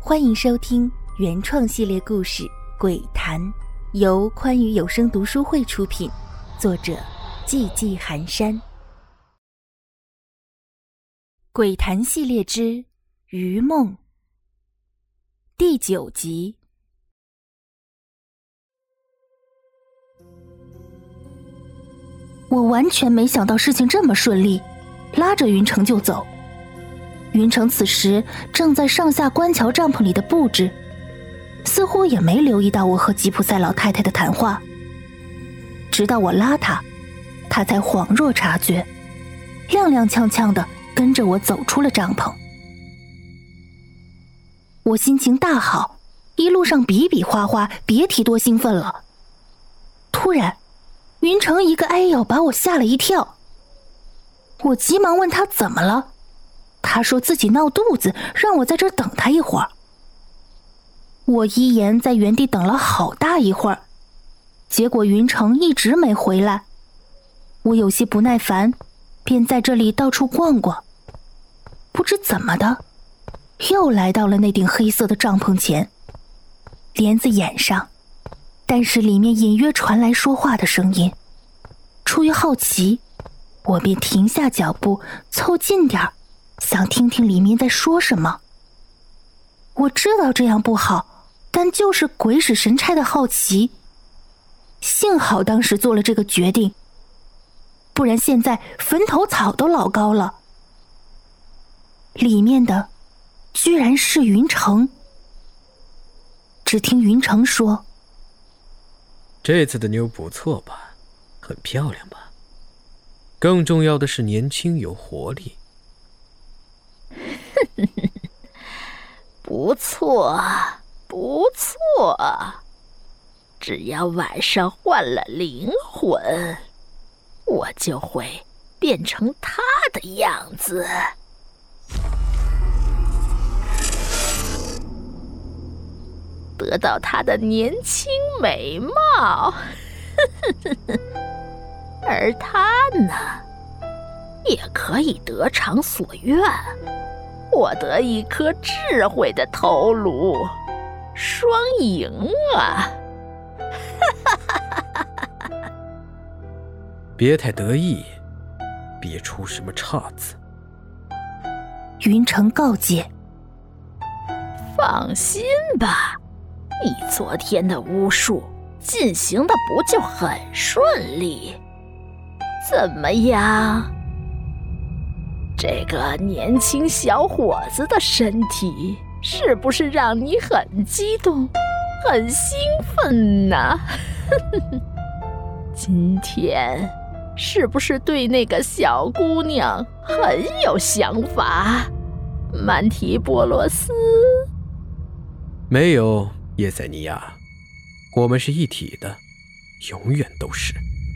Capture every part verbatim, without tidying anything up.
欢迎收听原创系列故事《鬼谈》，由宽裕有声读书会出品，作者寂寂寒山。鬼谈系列之余梦第九集。我完全没想到事情这么顺利，拉着云城就走。云城此时正在上下官桥帐篷里的布置，似乎也没留意到我和吉普赛老太太的谈话。直到我拉他，他才恍若察觉，踉踉跄跄地跟着我走出了帐篷。我心情大好，一路上比比划划，别提多兴奋了。突然云城一个哎呦把我吓了一跳，我急忙问他怎么了，他说自己闹肚子，让我在这儿等他一会儿。我依言在原地等了好大一会儿，结果云城一直没回来。我有些不耐烦，便在这里到处逛逛。不知怎么的，又来到了那顶黑色的帐篷前，帘子掩上，但是里面隐约传来说话的声音。出于好奇，我便停下脚步，凑近点儿，想听听里面在说什么。我知道这样不好，但就是鬼使神差的好奇。幸好当时做了这个决定，不然现在坟头草都老高了。里面的居然是云城。只听云城说：“ 这次的妞不错吧？很漂亮吧？更重要的是年轻有活力。” 不错不错，只要晚上换了灵魂，我就会变成他的样子。得到他的年轻美貌，而他呢，也可以得偿所愿，获得一颗智慧的头颅，双赢啊！ 别太得意，别出什么岔子。 云城告诫：“ 放心吧，你昨天的巫术进行的不就很顺利？怎么样？这个年轻小伙子的身体是不是让你很激动、很兴奋呢？今天是不是对那个小姑娘很有想法？曼提波罗斯？” 没有，叶塞尼亚，我们是一体的，永远都是。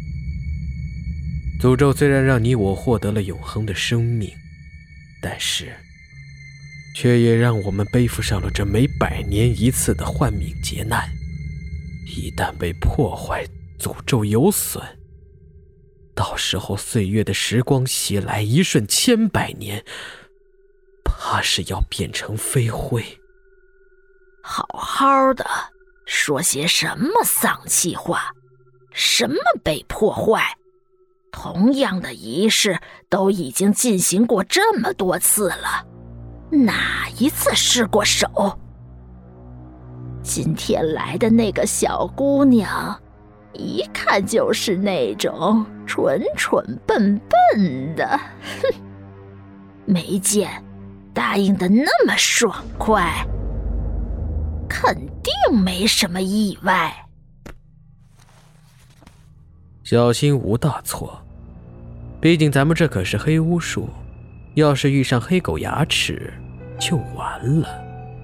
诅咒虽然让你我获得了永恒的生命，但是却也让我们背负上了这每百年一次的幻冥劫难。一旦被破坏，诅咒有损，到时候岁月的时光袭来，一瞬千百年，怕是要变成飞灰。 好好的说些什么丧气话？什么被破坏？同样的仪式都已经进行过这么多次了，哪一次失过手？今天来的那个小姑娘，一看就是那种蠢蠢笨笨的，哼，没见答应的那么爽快，肯定没什么意外。 小心无大错，毕竟咱们这可是黑巫术，要是遇上黑狗牙齿就完了。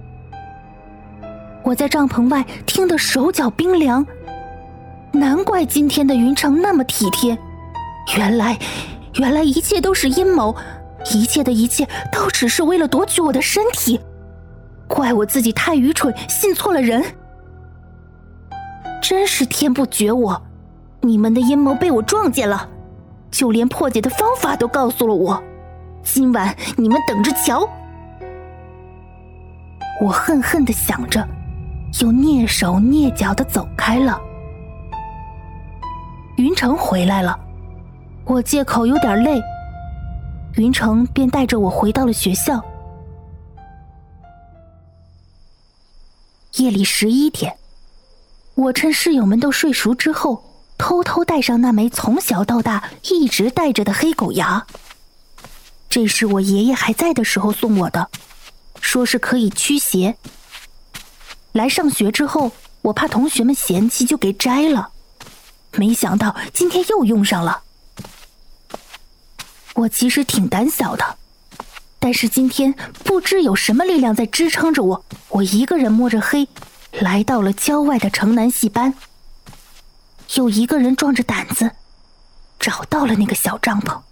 我在帐篷外听得手脚冰凉，难怪今天的云城那么体贴，原来原来一切都是阴谋，一切的一切都只是为了夺取我的身体，怪我自己太愚蠢，信错了人。真是天不绝我，你们的阴谋被我撞见了，就连破解的方法都告诉了我，今晚你们等着瞧。 我恨恨地想着，又蹑手蹑脚地走开了。云城回来了，我借口有点累，云城便带着我回到了学校。夜里十一点，我趁室友们都睡熟之后，偷偷戴上那枚从小到大一直戴着的黑狗牙。这是我爷爷还在的时候送我的，说是可以驱邪。来上学之后，我怕同学们嫌弃，就给摘了。没想到今天又用上了。我其实挺胆小的，但是今天不知有什么力量在支撑着我，我一个人摸着黑来到了郊外的城南戏班。又一个人壮着胆子找到了那个小帐篷，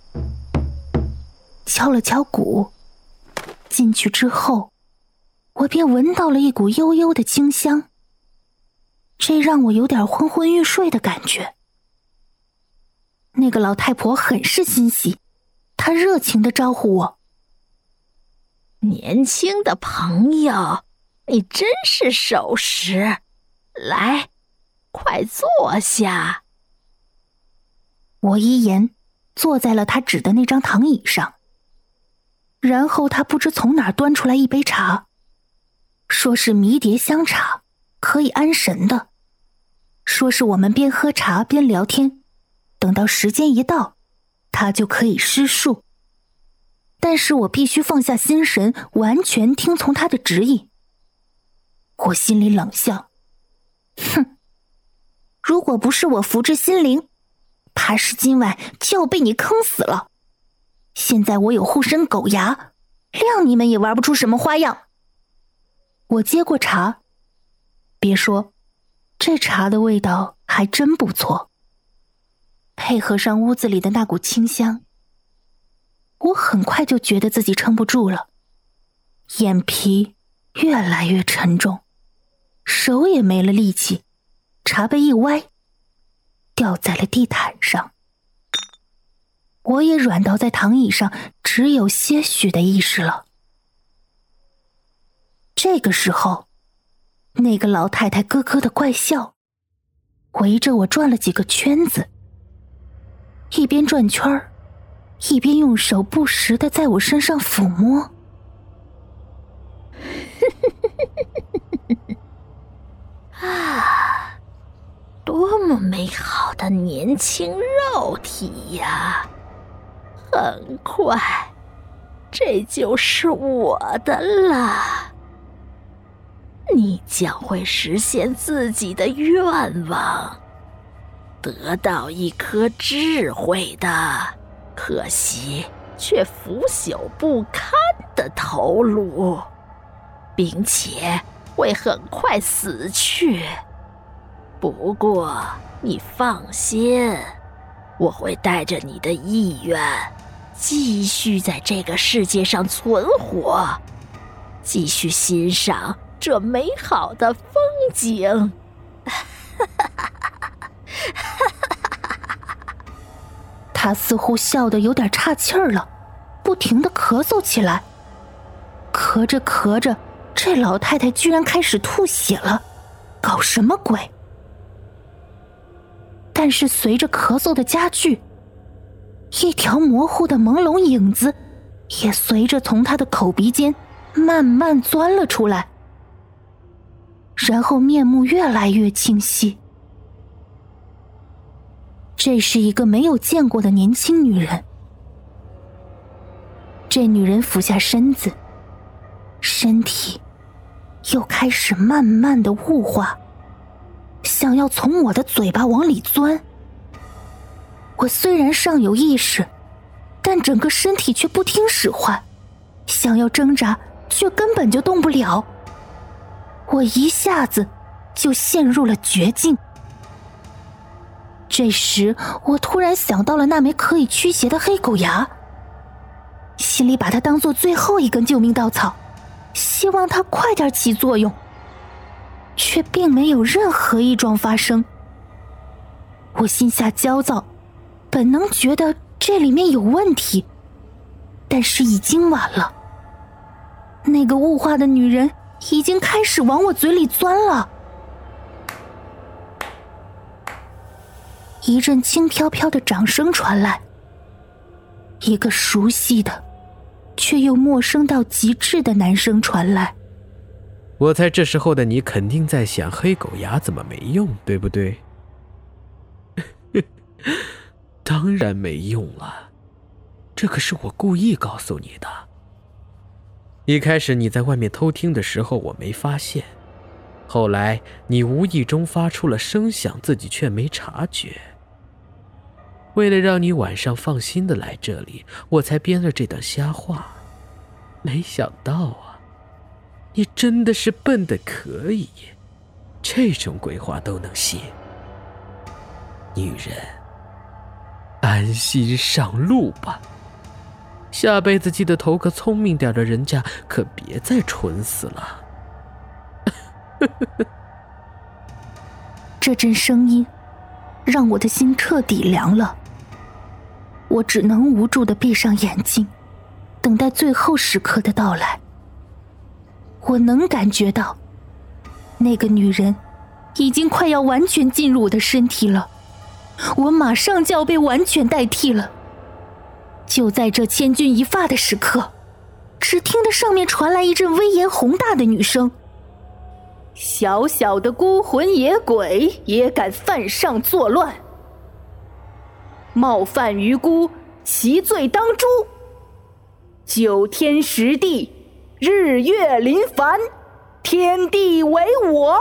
敲了敲鼓，进去之后，我便闻到了一股幽幽的清香，这让我有点昏昏欲睡的感觉。那个老太婆很是欣喜，她热情地招呼我： 年轻的朋友，你真是守时，来，快坐下。 我一言，坐在了她指的那张躺椅上。然后她不知从哪儿端出来一杯茶，说是迷迭香茶，可以安神的。说是我们边喝茶边聊天，等到时间一到，她就可以施术。但是我必须放下心神，完全听从她的指引。我心里冷笑，哼，如果不是我福至心灵，怕是今晚就要被你坑死了。现在我有护身狗牙，谅你们也玩不出什么花样。我接过茶，别说，这茶的味道还真不错，配合上屋子里的那股清香，我很快就觉得自己撑不住了，眼皮越来越沉重，手也没了力气，茶杯一歪，掉在了地毯上。我也软倒在躺椅上，只有些许的意识了。这个时候，那个老太太咯咯的怪笑，围着我转了几个圈子，一边转圈儿，一边用手不时地在我身上抚摸。 啊，多么美好的年轻肉体呀！很快，这就是我的了。你将会实现自己的愿望，得到一颗智慧的，可惜却腐朽不堪的头颅，并且会很快死去。不过你放心，我会带着你的意愿继续在这个世界上存活，继续欣赏这美好的风景。 他似乎笑得有点岔气儿了，不停地咳嗽起来。咳着咳着，这老太太居然开始吐血了，搞什么鬼？但是随着咳嗽的加剧，一条模糊的朦胧影子也随着从她的口鼻间慢慢钻了出来，然后面目越来越清晰。这是一个没有见过的年轻女人。这女人俯下身子，身体又开始慢慢的雾化，想要从我的嘴巴往里钻。我虽然尚有意识，但整个身体却不听使唤，想要挣扎却根本就动不了。我一下子就陷入了绝境。这时我突然想到了那枚可以驱邪的黑狗牙，心里把它当作最后一根救命稻草，希望它快点起作用，却并没有任何异状发生。我心下焦躁，本能觉得这里面有问题，但是已经晚了。那个雾化的女人已经开始往我嘴里钻了。一阵轻飘飘的掌声传来，一个熟悉的却又陌生到极致的男声传来。 我猜这时候的你肯定在想黑狗牙怎么没用，对不对？当然没用了，这可是我故意告诉你的。一开始你在外面偷听的时候我没发现，后来你无意中发出了声响，自己却没察觉。为了让你晚上放心的来这里，我才编了这段瞎话。没想到啊，你真的是笨得可以，这种鬼话都能信。女人，安心上路吧，下辈子记得投个聪明点的人家，可别再蠢死了。 这阵声音让我的心彻底凉了，我只能无助地闭上眼睛，等待最后时刻的到来。我能感觉到，那个女人已经快要完全进入我的身体了，我马上就要被完全代替了。就在这千钧一发的时刻，只听得上面传来一阵威严宏大的女声：小小的孤魂野鬼也敢犯上作乱，冒犯于孤，其罪当诛。九天十地，日月临凡，天地为我。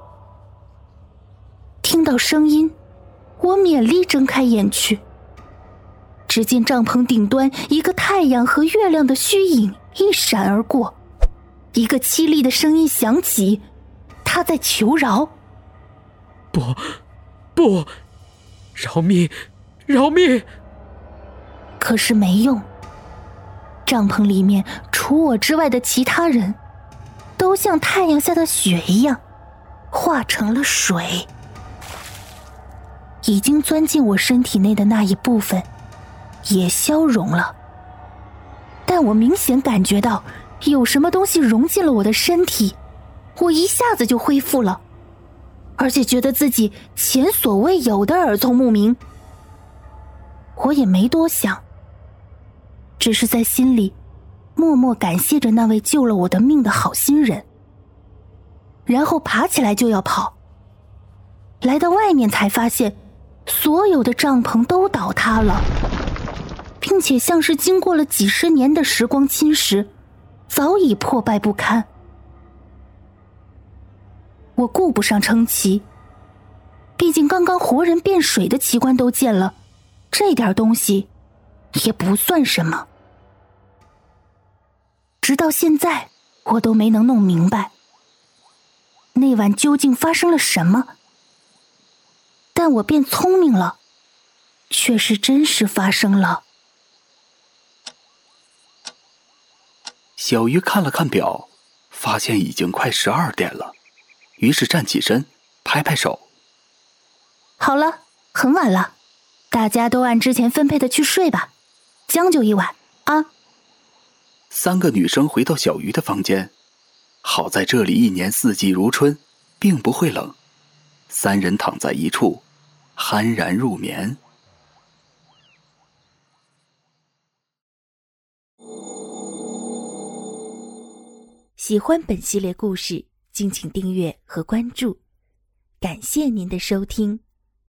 听到声音，我勉力睁开眼去，只见帐篷顶端一个太阳和月亮的虚影一闪而过，一个凄厉的声音响起，他在求饶。 不，不，饶命，饶命！ 可是没用，帐篷里面除我之外的其他人都像太阳下的雪一样化成了水。已经钻进我身体内的那一部分也消融了，但我明显感觉到有什么东西融进了我的身体，我一下子就恢复了，而且觉得自己前所未有的耳聪目明。我也没多想，只是在心里默默感谢着那位救了我的命的好心人，然后爬起来就要跑。来到外面才发现，所有的帐篷都倒塌了，并且像是经过了几十年的时光侵蚀，早已破败不堪。我顾不上称奇，毕竟刚刚活人变水的奇观都见了，这点东西也不算什么。直到现在我都没能弄明白那晚究竟发生了什么，但我变聪明了，却是真实发生了。 小鱼看了看表，发现已经快十二点了，于是站起身，拍拍手： 好了，很晚了，大家都按之前分配的去睡吧，将就一晚啊。 三个女生回到小鱼的房间，好在这里一年四季如春，并不会冷。三人躺在一处，酣然入眠。 喜欢本系列故事，敬请订阅和关注，感谢您的收听。